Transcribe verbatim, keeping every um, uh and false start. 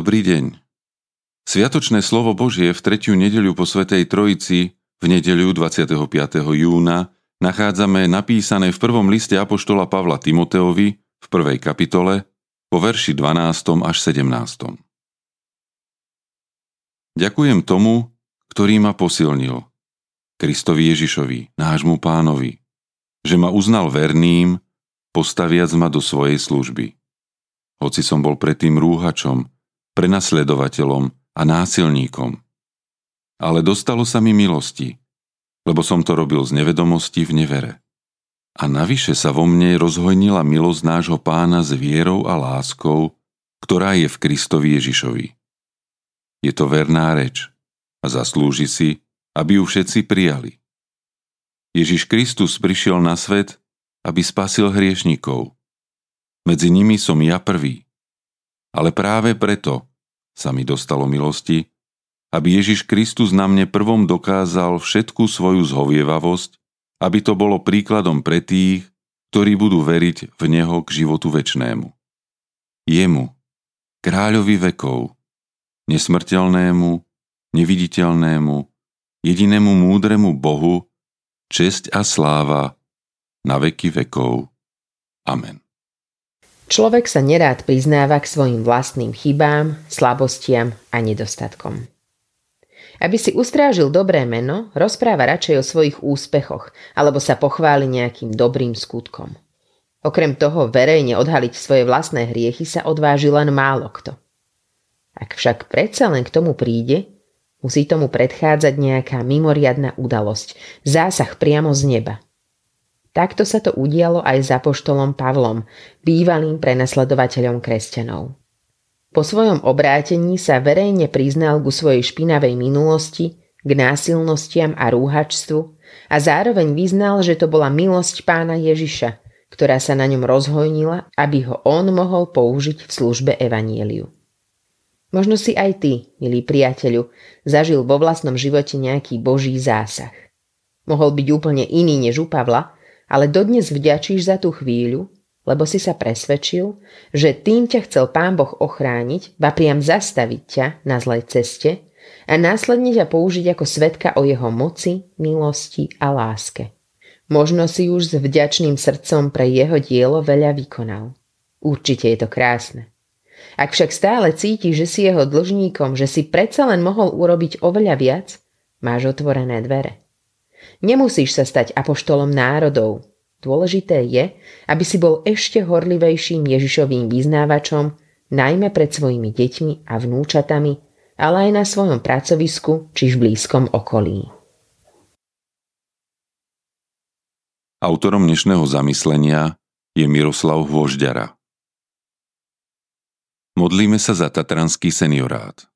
Dobrý deň. Sviatočné slovo Božie v tretiu nedeľu po Svätej Trojici, v nedeľu dvadsiateho piateho júna, nachádzame napísané v prvom liste apoštola Pavla Timoteovi v prvej kapitole po verši dvanástom až sedemnástom. Ďakujem tomu, ktorý ma posilnil, Kristovi Ježišovi, nášmu Pánovi, že ma uznal verným, postaviac ma do svojej služby. Hoci som bol predtým rúhačom, prenasledovateľom a násilníkom. Ale dostalo sa mi milosti, lebo som to robil z nevedomosti v nevere. A navyše sa vo mne rozhojnila milosť nášho Pána s vierou a láskou, ktorá je v Kristovi Ježišovi. Je to verná reč a zaslúži si, aby ju všetci prijali. Ježiš Kristus prišiel na svet, aby spasil hriešnikov. Medzi nimi som ja prvý. Ale práve preto sa mi dostalo milosti, aby Ježiš Kristus na mne prvom dokázal všetku svoju zhovievavosť, aby to bolo príkladom pre tých, ktorí budú veriť v Neho k životu večnému. Jemu, kráľovi vekov, nesmrteľnému, neviditeľnému, jedinému múdremu Bohu, česť a sláva na veky vekov. Amen. Človek sa nerád priznáva k svojim vlastným chybám, slabostiam a nedostatkom. Aby si ustrážil dobré meno, rozpráva radšej o svojich úspechoch alebo sa pochváli nejakým dobrým skutkom. Okrem toho verejne odhaliť svoje vlastné hriechy sa odváži len málo kto. Ak však predsa len k tomu príde, musí tomu predchádzať nejaká mimoriadna udalosť, zásah priamo z neba. Takto sa to udialo aj s apoštolom Pavlom, bývalým prenasledovateľom kresťanov. Po svojom obrátení sa verejne priznal ku svojej špinavej minulosti, k násilnostiam a rúhačstvu a zároveň vyznal, že to bola milosť Pána Ježiša, ktorá sa na ňom rozhojnila, aby ho on mohol použiť v službe evanjeliu. Možno si aj ty, milý priateľu, zažil vo vlastnom živote nejaký Boží zásah. Mohol byť úplne iný než u Pavla, ale dodnes vďačíš za tú chvíľu, lebo si sa presvedčil, že tým ťa chcel Pán Boh ochrániť, ba priam zastaviť ťa na zlej ceste a následne ťa použiť ako svedka o jeho moci, milosti a láske. Možno si už s vďačným srdcom pre jeho dielo veľa vykonal. Určite je to krásne. Ak však stále cítiš, že si jeho dlžníkom, že si predsa len mohol urobiť oveľa viac, máš otvorené dvere. Nemusíš sa stať apoštolom národov. Dôležité je, aby si bol ešte horlivejším Ježišovým vyznávačom, najmä pred svojimi deťmi a vnúčatami, ale aj na svojom pracovisku či v blízkom okolí. Autorom dnešného zamyslenia je Miroslav Hôžďara. Modlíme sa za tatranský seniorát.